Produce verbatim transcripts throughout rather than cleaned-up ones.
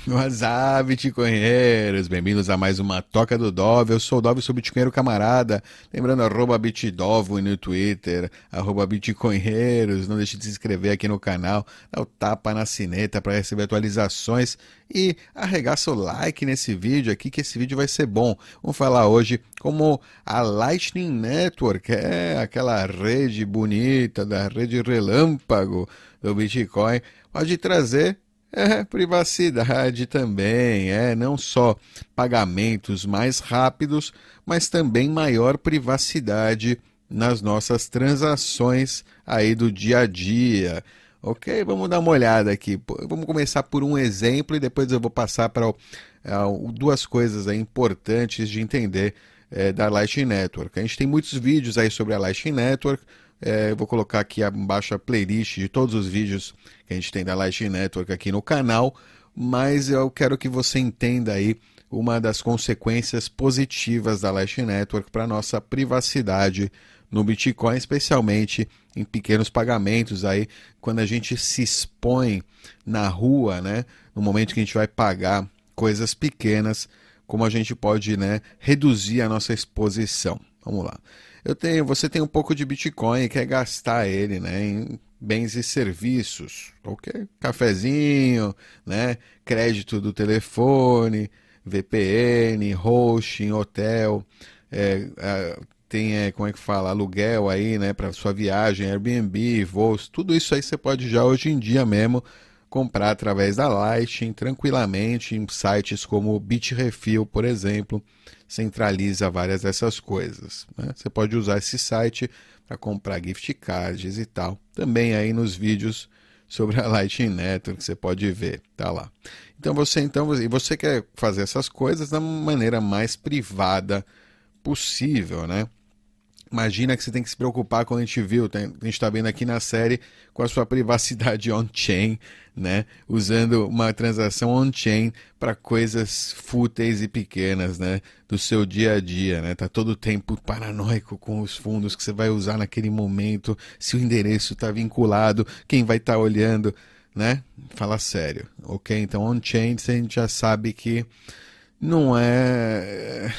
WhatsApp, bitcoinheiros, bem-vindos a mais uma Toca do Dove. Eu sou o Dove, sou bitcoinheiro camarada. Lembrando, arroba bitdove no Twitter, arroba bitcoinheiros. Não deixe de se inscrever aqui no canal, dá o tapa na sineta para receber atualizações e arregaça o like nesse vídeo aqui, que esse vídeo vai ser bom. Vamos falar hoje como a Lightning Network, é aquela rede bonita da rede relâmpago do Bitcoin, pode trazer É, privacidade também, é, não só pagamentos mais rápidos, mas também maior privacidade nas nossas transações aí do dia a dia. Ok? Vamos dar uma olhada aqui. Vamos começar por um exemplo e depois eu vou passar para uh, duas coisas aí importantes de entender uh, da Lightning Network. A gente tem muitos vídeos aí sobre a Lightning Network. É, eu vou colocar aqui embaixo a playlist de todos os vídeos que a gente tem da Lightning Network aqui no canal, mas eu quero que você entenda aí uma das consequências positivas da Lightning Network para a nossa privacidade no Bitcoin, especialmente em pequenos pagamentos aí, quando a gente se expõe na rua, né, no momento que a gente vai pagar coisas pequenas, como a gente pode, né, reduzir a nossa exposição. Vamos lá. Eu tenho, você tem um pouco de Bitcoin e quer gastar ele, né, em bens e serviços, ok? Cafezinho, né, crédito do telefone, V P N, hosting, hotel, é, é, tem, é, como é que fala, aluguel aí, né, para sua viagem, Airbnb, voos, tudo isso aí você pode já hoje em dia mesmo comprar através da Lightning tranquilamente em sites como o Bitrefill, por exemplo, centraliza várias dessas coisas, né? Você pode usar esse site para comprar gift cards e tal. Também aí nos vídeos sobre a Lightning Network você pode ver, tá lá. Então você então e você quer fazer essas coisas da maneira mais privada possível, né? Imagina que você tem que se preocupar, como a gente viu, a gente está vendo aqui na série, com a sua privacidade on-chain, né? Usando uma transação on-chain para coisas fúteis e pequenas, né? Do seu dia a dia, né? Tá todo o tempo paranoico com os fundos que você vai usar naquele momento, se o endereço está vinculado, quem vai estar tá olhando, né? Fala sério, ok? Então on-chain a gente já sabe que não é...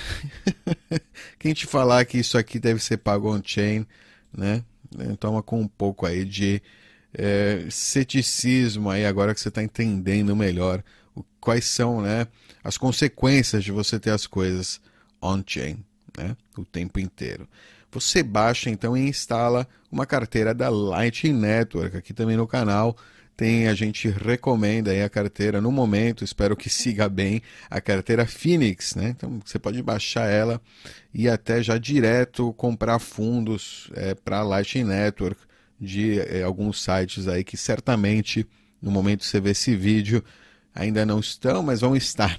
Quem te falar que isso aqui deve ser pago on-chain, né? Toma com um pouco aí de é, ceticismo aí, agora que você está entendendo melhor o, quais são, né, as consequências de você ter as coisas on-chain, né, o tempo inteiro. Você baixa então e instala uma carteira da Lightning Network, aqui também no canal. Tem, a gente recomenda aí a carteira no momento, espero que siga bem, a carteira Phoenix, né? Então você pode baixar ela e até já direto comprar fundos é, para a Lightning Network de é, alguns sites aí que certamente no momento que você vê esse vídeo ainda não estão, mas vão estar.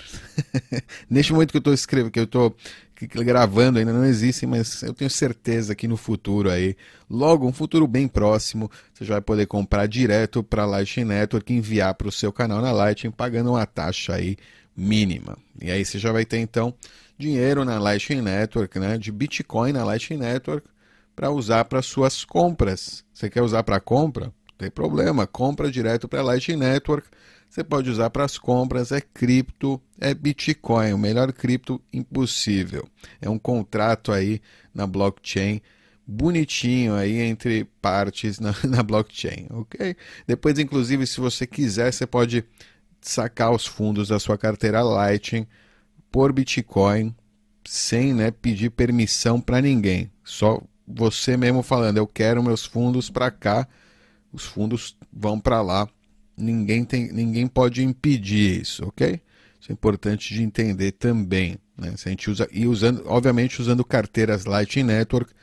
Neste momento que eu estou escrevendo, que eu estou gravando, ainda não existem, mas eu tenho certeza que no futuro aí, logo, um futuro bem próximo, você já vai poder comprar direto para a Lightning Network e enviar para o seu canal na Lightning, pagando uma taxa aí mínima. E aí você já vai ter então dinheiro na Lightning Network, né, de Bitcoin na Lightning Network para usar para suas compras. Você quer usar para compra? Não tem problema, compra direto para a Lightning Network. Você pode usar para as compras, é cripto, é Bitcoin, o melhor cripto impossível. É um contrato aí na blockchain, bonitinho aí entre partes na, na blockchain, ok? Depois, inclusive, se você quiser, você pode sacar os fundos da sua carteira Lightning por Bitcoin, sem, né, pedir permissão para ninguém. Só você mesmo falando, eu quero meus fundos para cá, os fundos vão para lá. Ninguém, tem, ninguém pode impedir isso, ok? Isso é importante de entender também, né? Se a gente usa, e usando, obviamente usando carteiras Lightning Network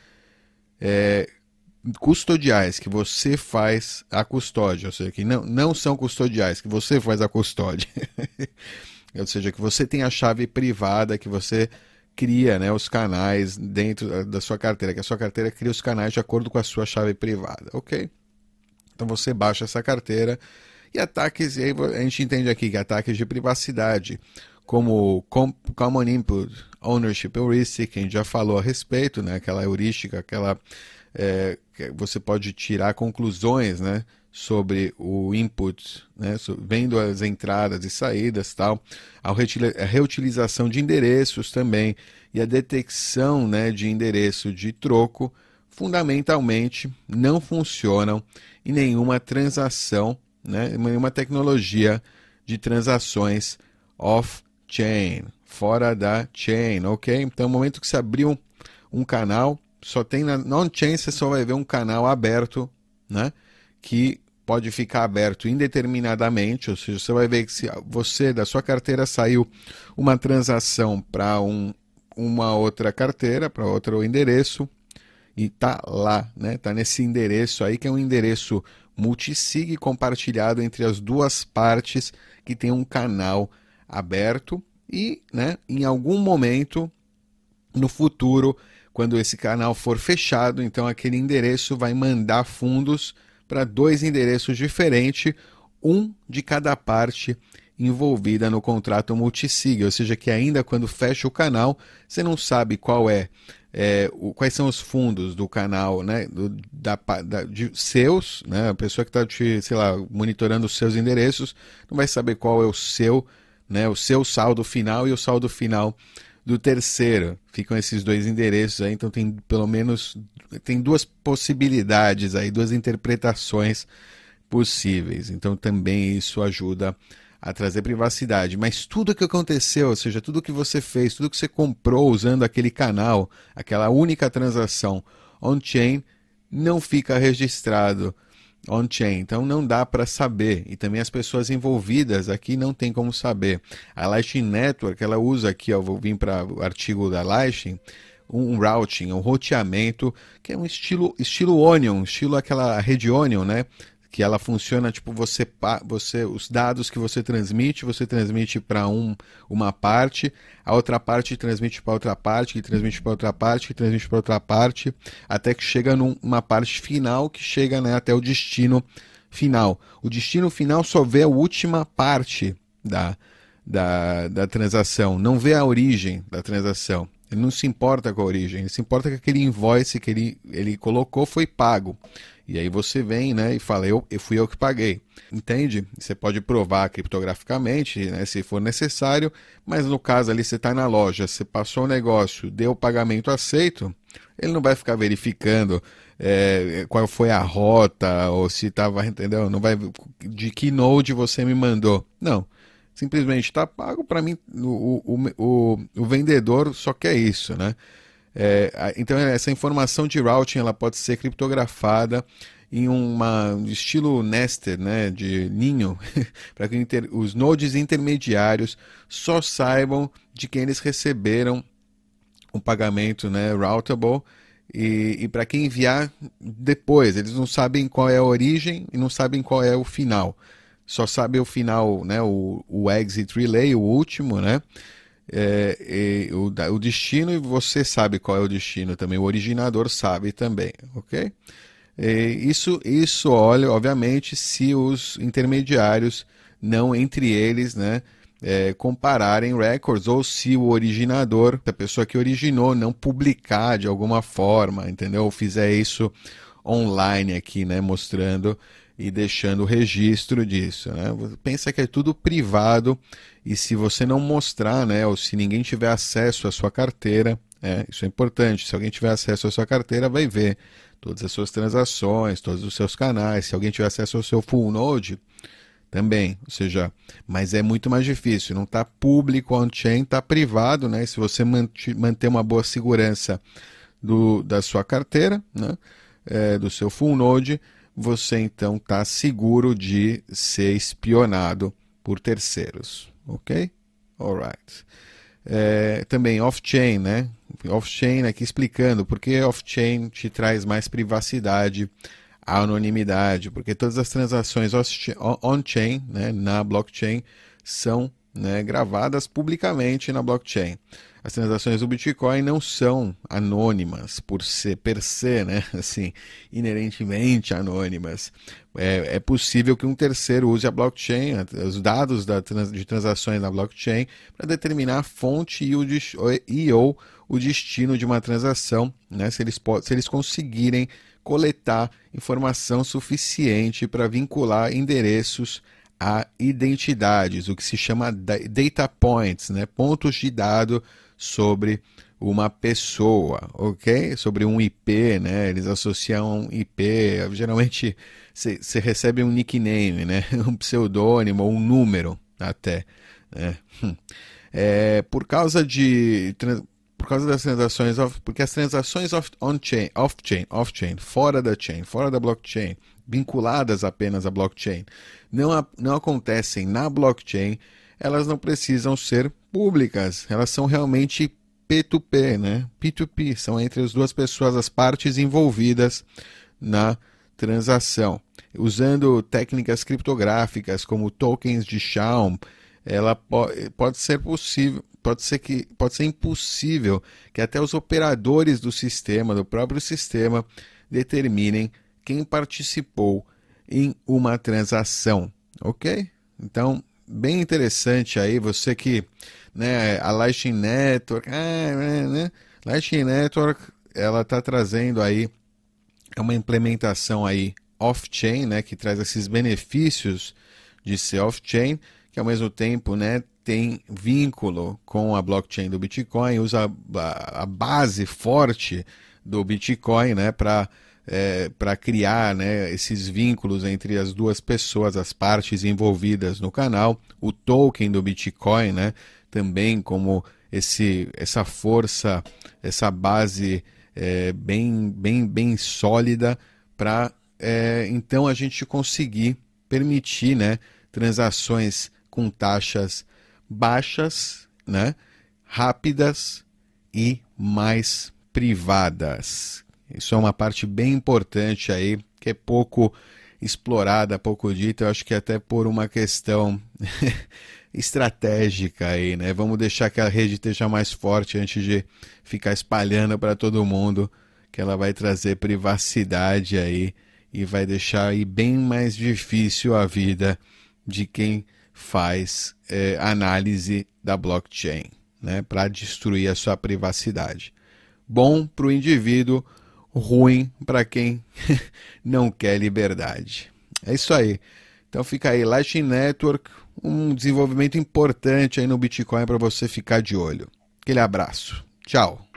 é, custodiais, que você faz a custódia, ou seja, que não, não são custodiais, que você faz a custódia. Ou seja, que você tem a chave privada, que você cria, né, os canais dentro da sua carteira, que a sua carteira cria os canais de acordo com a sua chave privada, ok? Então você baixa essa carteira. E ataques, e aí a gente entende aqui que ataques de privacidade, como Common Input Ownership Heuristic, que a gente já falou a respeito, né? Aquela heurística, aquela, é, que você pode tirar conclusões, né, sobre o input, né, vendo as entradas e saídas, tal, a reutilização de endereços também e a detecção, né, de endereço de troco, fundamentalmente não funcionam em nenhuma transação, né, em nenhuma tecnologia de transações off-chain, fora da chain, ok? Então, no momento que você abrir um, um canal, só tem na on-chain, você só vai ver um canal aberto, né, que pode ficar aberto indeterminadamente, ou seja, você vai ver que se você, da sua carteira, saiu uma transação para um, uma outra carteira, para outro endereço, e está lá, né? Está nesse endereço aí, que é um endereço multisig compartilhado entre as duas partes, que tem um canal aberto, e, né, em algum momento, no futuro, quando esse canal for fechado, então aquele endereço vai mandar fundos para dois endereços diferentes, um de cada parte envolvida no contrato multisig, ou seja, que ainda quando fecha o canal, você não sabe qual é, é o, quais são os fundos do canal, né, do, da, da, de seus, né, a pessoa que está, sei lá, monitorando os seus endereços, não vai saber qual é o seu, né, o seu saldo final e o saldo final do terceiro. Ficam esses dois endereços aí, então tem pelo menos tem duas possibilidades aí, duas interpretações possíveis. Então também isso ajuda a trazer privacidade. Mas tudo que aconteceu, ou seja, tudo que você fez, tudo que você comprou usando aquele canal, aquela única transação on-chain, não fica registrado on-chain, então não dá para saber, e também as pessoas envolvidas aqui não tem como saber. A Lightning Network, ela usa aqui, ó, vou vir para o artigo da Lightning, um routing, um roteamento, que é um estilo, estilo Onion, estilo aquela rede Onion, né? Que ela funciona tipo você, você os dados que você transmite, você transmite para um, uma parte, a outra parte transmite para outra parte, que transmite para outra parte, que transmite para outra parte, até que chega numa parte final, que chega, né, até o destino final. O destino final só vê a última parte da, da, da transação, não vê a origem da transação. Ele não se importa com a origem, ele se importa que aquele invoice que ele, ele colocou foi pago. E aí você vem, né, e fala, eu, eu fui eu que paguei. Entende? Você pode provar criptograficamente, né, se for necessário, mas no caso ali você está na loja, você passou o negócio, deu o pagamento aceito, ele não vai ficar verificando é, qual foi a rota, ou se estava, entendeu? Não vai, de que node você me mandou. Não. Simplesmente está pago. Para mim, o, o, o, o vendedor só quer isso, né? É, então essa informação de routing ela pode ser criptografada em uma, um estilo nested, né, de ninho, para que inter, os nodes intermediários só saibam de quem eles receberam o pagamento, né, routable, e, e para quem enviar depois. Eles não sabem qual é a origem e não sabem qual é o final. Só sabe o final, né, o, o exit relay, o último, né? É, o, o destino, e você sabe qual é o destino também, o originador sabe também, ok? É, isso, isso, olha, obviamente, se os intermediários não entre eles, né, é, compararem records, ou se o originador, a pessoa que originou, não publicar de alguma forma, entendeu? Ou fizer isso online aqui, né, mostrando e deixando o registro disso, né? Pensa que é tudo privado, e se você não mostrar, né, ou se ninguém tiver acesso à sua carteira, é, isso é importante, se alguém tiver acesso à sua carteira, vai ver todas as suas transações, todos os seus canais. Se alguém tiver acesso ao seu full node, também, ou seja, mas é muito mais difícil, não está público on-chain, está privado, né? Se você manter uma boa segurança do, da sua carteira, né, é, do seu full node, você então está seguro de ser espionado por terceiros, ok? Alright. É, também off-chain, né? Off-chain aqui explicando porque off-chain te traz mais privacidade, anonimidade, porque todas as transações on-chain, né, na blockchain, são, né, gravadas publicamente na blockchain. As transações do Bitcoin não são anônimas por ser, per se, né, assim, inerentemente anônimas. É, é possível que um terceiro use a blockchain, os dados da, de transações na blockchain, para determinar a fonte e, o, e ou o destino de uma transação, né, se eles, se eles conseguirem coletar informação suficiente para vincular endereços a identidades, o que se chama data points, né? Pontos de dado sobre uma pessoa, ok? Sobre um I P, né? Eles associam um I P, geralmente você recebe um nickname, né? Um pseudônimo ou um número até, né? É, por causa de por causa das transações off, porque as transações off, on-chain, off-chain, off-chain, fora da chain, fora da blockchain, vinculadas apenas à blockchain, não, não acontecem na blockchain, elas não precisam ser públicas, elas são realmente P dois P, né? P dois P, são entre as duas pessoas, as partes envolvidas na transação. Usando técnicas criptográficas como tokens de Shaun, ela pode, pode ser possível, pode ser que pode ser impossível que até os operadores do sistema, do próprio sistema, determinem quem participou em uma transação, ok? Então, bem interessante aí, você que, né, a Lightning Network, ah, né, Lightning Network, ela está trazendo aí uma implementação aí off-chain, né, que traz esses benefícios de ser off-chain, que ao mesmo tempo, né, tem vínculo com a blockchain do Bitcoin, usa a, a base forte do Bitcoin, né, para é, para criar, né, esses vínculos entre as duas pessoas, as partes envolvidas no canal. O token do Bitcoin, né, também como esse, essa força, essa base é, bem, bem, bem sólida para é, então a gente conseguir permitir, né, transações com taxas baixas, né, rápidas e mais privadas. Isso é uma parte bem importante aí, que é pouco explorada, pouco dita, eu acho que até por uma questão estratégica aí, né? Vamos deixar que a rede esteja mais forte antes de ficar espalhando para todo mundo, que ela vai trazer privacidade aí e vai deixar aí bem mais difícil a vida de quem faz é, análise da blockchain, né? Para destruir a sua privacidade. Bom para o indivíduo, ruim para quem não quer liberdade. É isso aí. Então fica aí, Lightning Network, um desenvolvimento importante aí no Bitcoin para você ficar de olho. Aquele abraço. Tchau.